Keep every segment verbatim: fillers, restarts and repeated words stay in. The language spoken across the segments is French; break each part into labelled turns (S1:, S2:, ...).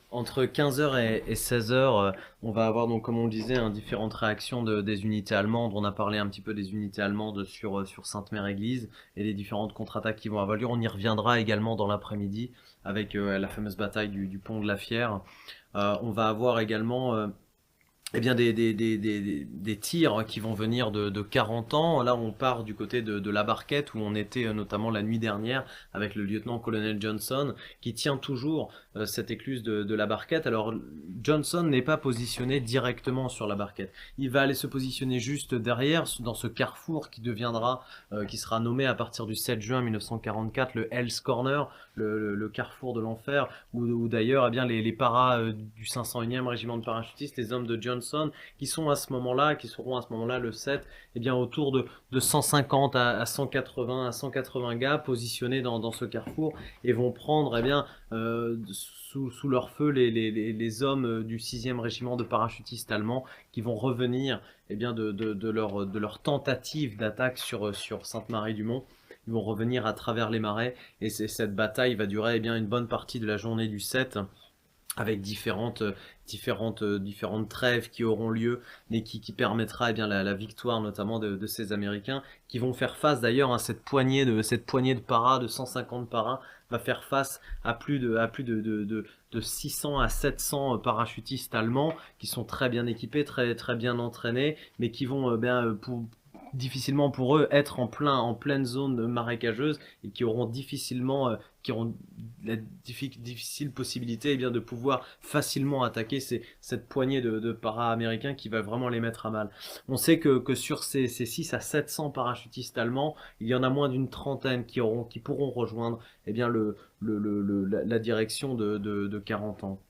S1: Entre quinze heures et, et seize heures, euh, on va avoir donc, comme on le disait, hein, différentes réactions de, des unités allemandes. On a parlé un petit peu des unités allemandes sur, euh, sur Sainte-Mère-Église et les différentes contre-attaques qui vont avoir lieu. On y reviendra également dans l'après-midi avec euh, la fameuse bataille du, du pont de la Fière. Euh, on va avoir également euh, eh bien des, des, des, des, des tirs qui vont venir de, de quarante ans. Là, on part du côté de, de la Barquette, où on était euh, notamment la nuit dernière avec le lieutenant-colonel Johnson, qui tient toujours euh, cette écluse de, de la Barquette. Alors, Johnson n'est pas positionné directement sur la Barquette. Il va aller se positionner juste derrière, dans ce carrefour qui deviendra, euh, qui sera nommé à partir du sept juin mille neuf cent quarante-quatre, le Hell's Corner, le, le, le carrefour de l'enfer, où, où d'ailleurs, eh bien, les, les paras euh, du cinq cent unième régiment de parachutistes, les hommes de Johnson, qui sont à ce moment-là, qui seront à ce moment-là le sept, eh bien autour de, de cent cinquante à, à cent quatre-vingts à cent quatre-vingts gars positionnés dans, dans ce carrefour et vont prendre eh bien euh, sous, sous leur feu les, les, les hommes du sixième régiment de parachutistes allemands qui vont revenir eh bien de, de, de, leur, de leur tentative d'attaque sur, sur Sainte-Marie-du-Mont. Ils vont revenir à travers les marais et cette bataille va durer eh bien une bonne partie de la journée du sept, avec différentes, différentes, différentes trêves qui auront lieu, mais qui, qui permettra eh bien, la, la victoire notamment de, de ces Américains, qui vont faire face d'ailleurs à cette poignée de, cette poignée de paras, de cent cinquante paras, va faire face à plus de, à plus de, de, de, de six cents à sept cents parachutistes allemands, qui sont très bien équipés, très, très bien entraînés, mais qui vont eh bien, pour, difficilement pour eux être en plein en pleine zone marécageuse et qui auront difficilement euh, qui auront la difficile possibilité eh bien de pouvoir facilement attaquer ces, cette poignée de, de para-américains qui va vraiment les mettre à mal. On sait que, que sur ces, ces six à sept cents parachutistes allemands, il y en a moins d'une trentaine qui auront qui pourront rejoindre eh bien le, le, le, le la, la direction de, de, de quarante ans.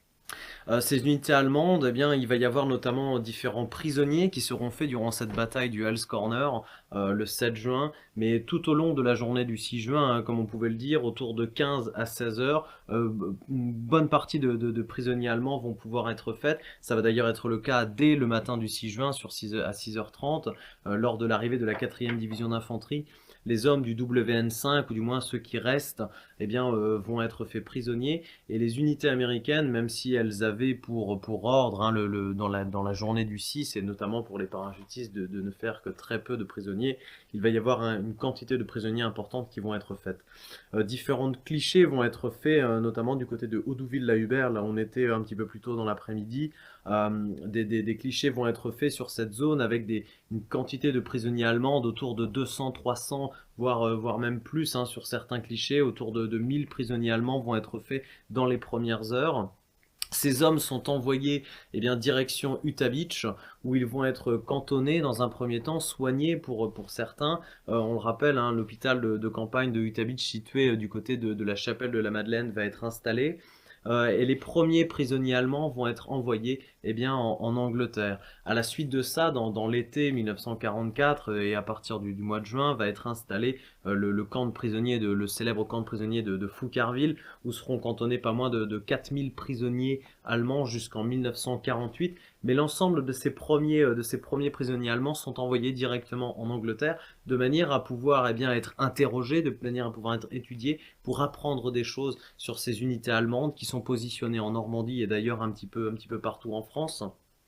S1: Euh, ces unités allemandes, eh bien, il va y avoir notamment différents prisonniers qui seront faits durant cette bataille du Hell's Corner euh, le sept juin, mais tout au long de la journée du six juin, hein, comme on pouvait le dire, autour de quinze à seize heures, euh, une bonne partie de, de, de prisonniers allemands vont pouvoir être faits. Ça va d'ailleurs être le cas dès le matin du six juin sur six heures, à six heures trente, euh, lors de l'arrivée de la quatrième division d'infanterie. Les hommes du W N cinq, ou du moins ceux qui restent, eh bien, euh, vont être faits prisonniers. Et les unités américaines, même si elles avaient pour, pour ordre hein, le, le, dans, la, dans la journée du six, et notamment pour les parachutistes, de, de ne faire que très peu de prisonniers, il va y avoir un, une quantité de prisonniers importante qui vont être faites. Euh, différentes clichés vont être faits, euh, notamment du côté de Oudouville-la-Hubert, là on était un petit peu plus tôt dans l'après-midi. Euh, des, des, des clichés vont être faits sur cette zone avec des, une quantité de prisonniers allemands autour de deux cents, trois cents, voire, euh, voire même plus hein, sur certains clichés, autour de, de mille prisonniers allemands vont être faits dans les premières heures. Ces hommes sont envoyés eh bien, direction Utah Beach, où ils vont être cantonnés dans un premier temps, soignés pour, pour certains. Euh, on le rappelle, hein, l'hôpital de, de campagne de Utah Beach, situé euh, du côté de, de la chapelle de la Madeleine, va être installé. Euh, et les premiers prisonniers allemands vont être envoyés eh bien, en, en Angleterre. À la suite de ça, dans, dans l'été mille neuf cent quarante-quatre et à partir du, du mois de juin, va être installé euh, le, le camp de prisonniers, de, le célèbre camp de prisonniers de, de Foucarville, où seront cantonnés pas moins de, de quatre mille prisonniers allemands jusqu'en mille neuf cent quarante-huit. Mais l'ensemble de ces premiers, de ces premiers prisonniers allemands sont envoyés directement en Angleterre, de manière à pouvoir eh bien, être interrogés, de manière à pouvoir être étudiés, pour apprendre des choses sur ces unités allemandes qui sont positionnées en Normandie et d'ailleurs un petit peu, un petit peu partout en France.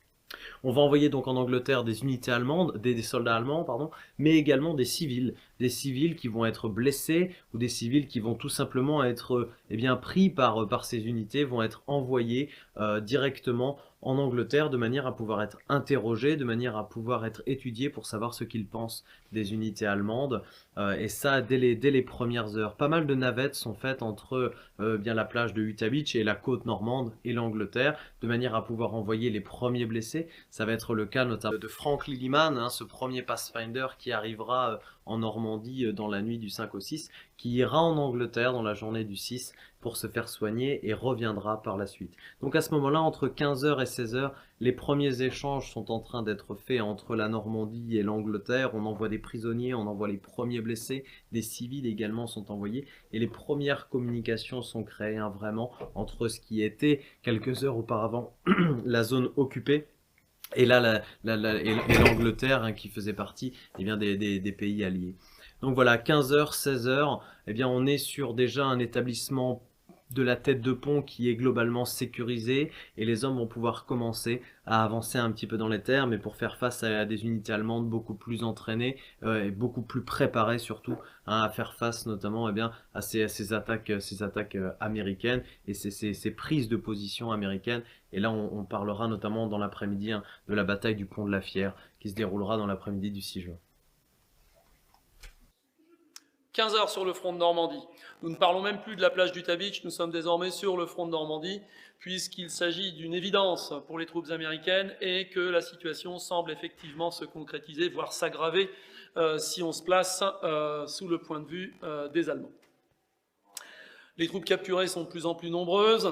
S1: On va envoyer donc en Angleterre des unités allemandes, des, des soldats allemands, pardon, mais également des civils, des civils qui vont être blessés ou des civils qui vont tout simplement être eh bien, pris par, par ces unités, vont être envoyés euh, directement en Angleterre de manière à pouvoir être interrogés, de manière à pouvoir être étudiés pour savoir ce qu'ils pensent des unités allemandes. Euh, et ça, dès les, dès les premières heures. Pas mal de navettes sont faites entre euh, bien la plage de Utah Beach et la côte normande et l'Angleterre, de manière à pouvoir envoyer les premiers blessés. Ça va être le cas notamment de Frank Lilliman, hein, ce premier Pathfinder qui arrivera euh, en Normandie euh, dans la nuit du cinq au six, qui ira en Angleterre dans la journée du six pour se faire soigner et reviendra par la suite. Donc à ce moment-là, entre quinze heures et seize heures, les premiers échanges sont en train d'être faits entre la Normandie et l'Angleterre. On envoie des prisonniers, on envoie les premiers blessés, des civils également sont envoyés et les premières communications sont créées hein, vraiment entre ce qui était quelques heures auparavant la zone occupée et là la, la, la, et l'Angleterre hein, qui faisait partie eh bien, des, des, des pays alliés. Donc voilà, quinze heures, seize heures, eh bien on est sur déjà un établissement de la tête de pont qui est globalement sécurisée et les hommes vont pouvoir commencer à avancer un petit peu dans les terres, mais pour faire face à des unités allemandes beaucoup plus entraînées euh, et beaucoup plus préparées surtout hein, à faire face notamment eh bien, à, ces, à ces attaques, ces attaques euh, américaines et ces, ces, ces prises de position américaines. Et là, on, on parlera notamment dans l'après-midi hein, de la bataille du pont de la Fière qui se déroulera dans l'après-midi du six juin.
S2: quinze heures sur le front de Normandie. Nous ne parlons même plus de la plage du Tabitch, nous sommes désormais sur le front de Normandie, puisqu'il s'agit d'une évidence pour les troupes américaines et que la situation semble effectivement se concrétiser, voire s'aggraver, euh, si on se place euh, sous le point de vue euh, des Allemands. Les troupes capturées sont de plus en plus nombreuses.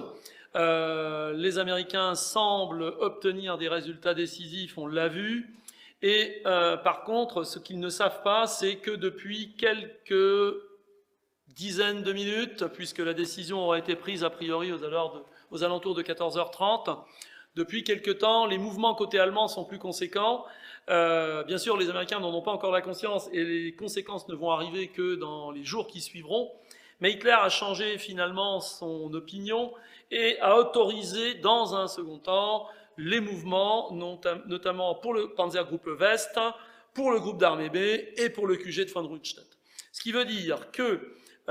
S2: Euh, les Américains semblent obtenir des résultats décisifs, on l'a vu. Et euh, par contre, ce qu'ils ne savent pas, c'est que depuis quelques dizaines de minutes, puisque la décision aura été prise a priori aux, de, aux alentours de quatorze heures trente, depuis quelque temps, les mouvements côté allemand sont plus conséquents. Euh, bien sûr, les Américains n'en ont pas encore la conscience et les conséquences ne vont arriver que dans les jours qui suivront. Mais Hitler a changé finalement son opinion et a autorisé dans un second temps les mouvements, notamment pour le Panzergruppe West, pour le groupe d'armée B et pour le Q G de von Rundstedt. Ce qui veut dire que,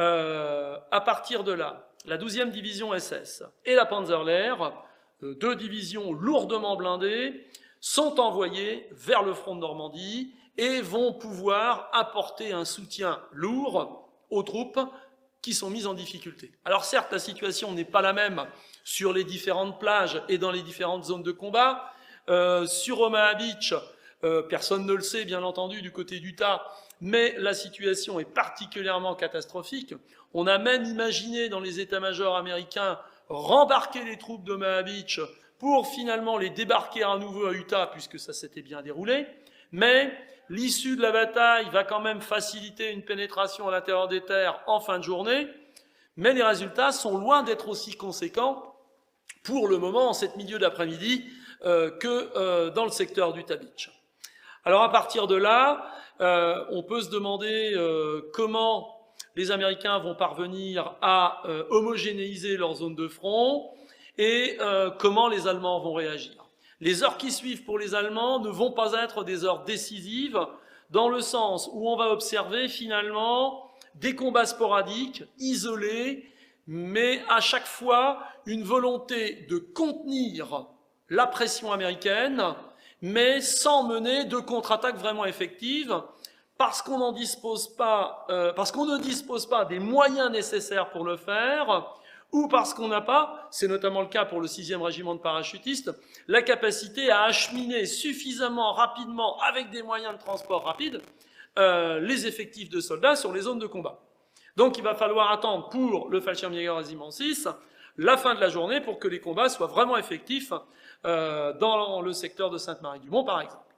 S2: euh, à partir de là, la douzième division S S et la Panzerlehr, deux divisions lourdement blindées, sont envoyées vers le front de Normandie et vont pouvoir apporter un soutien lourd aux troupes qui sont mises en difficulté. Alors certes, la situation n'est pas la même sur les différentes plages et dans les différentes zones de combat. Euh, sur Omaha Beach, euh, personne ne le sait, bien entendu, du côté d'Utah, mais la situation est particulièrement catastrophique. On a même imaginé dans les états-majors américains rembarquer les troupes d'Omaha Beach pour finalement les débarquer à nouveau à Utah, puisque ça s'était bien déroulé. Mais l'issue de la bataille va quand même faciliter une pénétration à l'intérieur des terres en fin de journée, mais les résultats sont loin d'être aussi conséquents pour le moment, en cette milieu d'après-midi, euh, que euh, dans le secteur du Tabitch. Alors à partir de là, euh, on peut se demander euh, comment les Américains vont parvenir à euh, homogénéiser leur zone de front et euh, comment les Allemands vont réagir. Les heures qui suivent pour les Allemands ne vont pas être des heures décisives, dans le sens où on va observer finalement des combats sporadiques, isolés, mais à chaque fois une volonté de contenir la pression américaine, mais sans mener de contre-attaque vraiment effective, parce qu'on n'en dispose pas, euh, parce qu'on ne dispose pas des moyens nécessaires pour le faire, ou parce qu'on n'a pas, c'est notamment le cas pour le sixième régiment de parachutistes, la capacité à acheminer suffisamment rapidement, avec des moyens de transport rapides, euh, les effectifs de soldats sur les zones de combat. Donc il va falloir attendre pour le Fallschirmjäger Régiment six la fin de la journée pour que les combats soient vraiment effectifs euh, dans le secteur de Sainte-Marie-du-Mont, par exemple.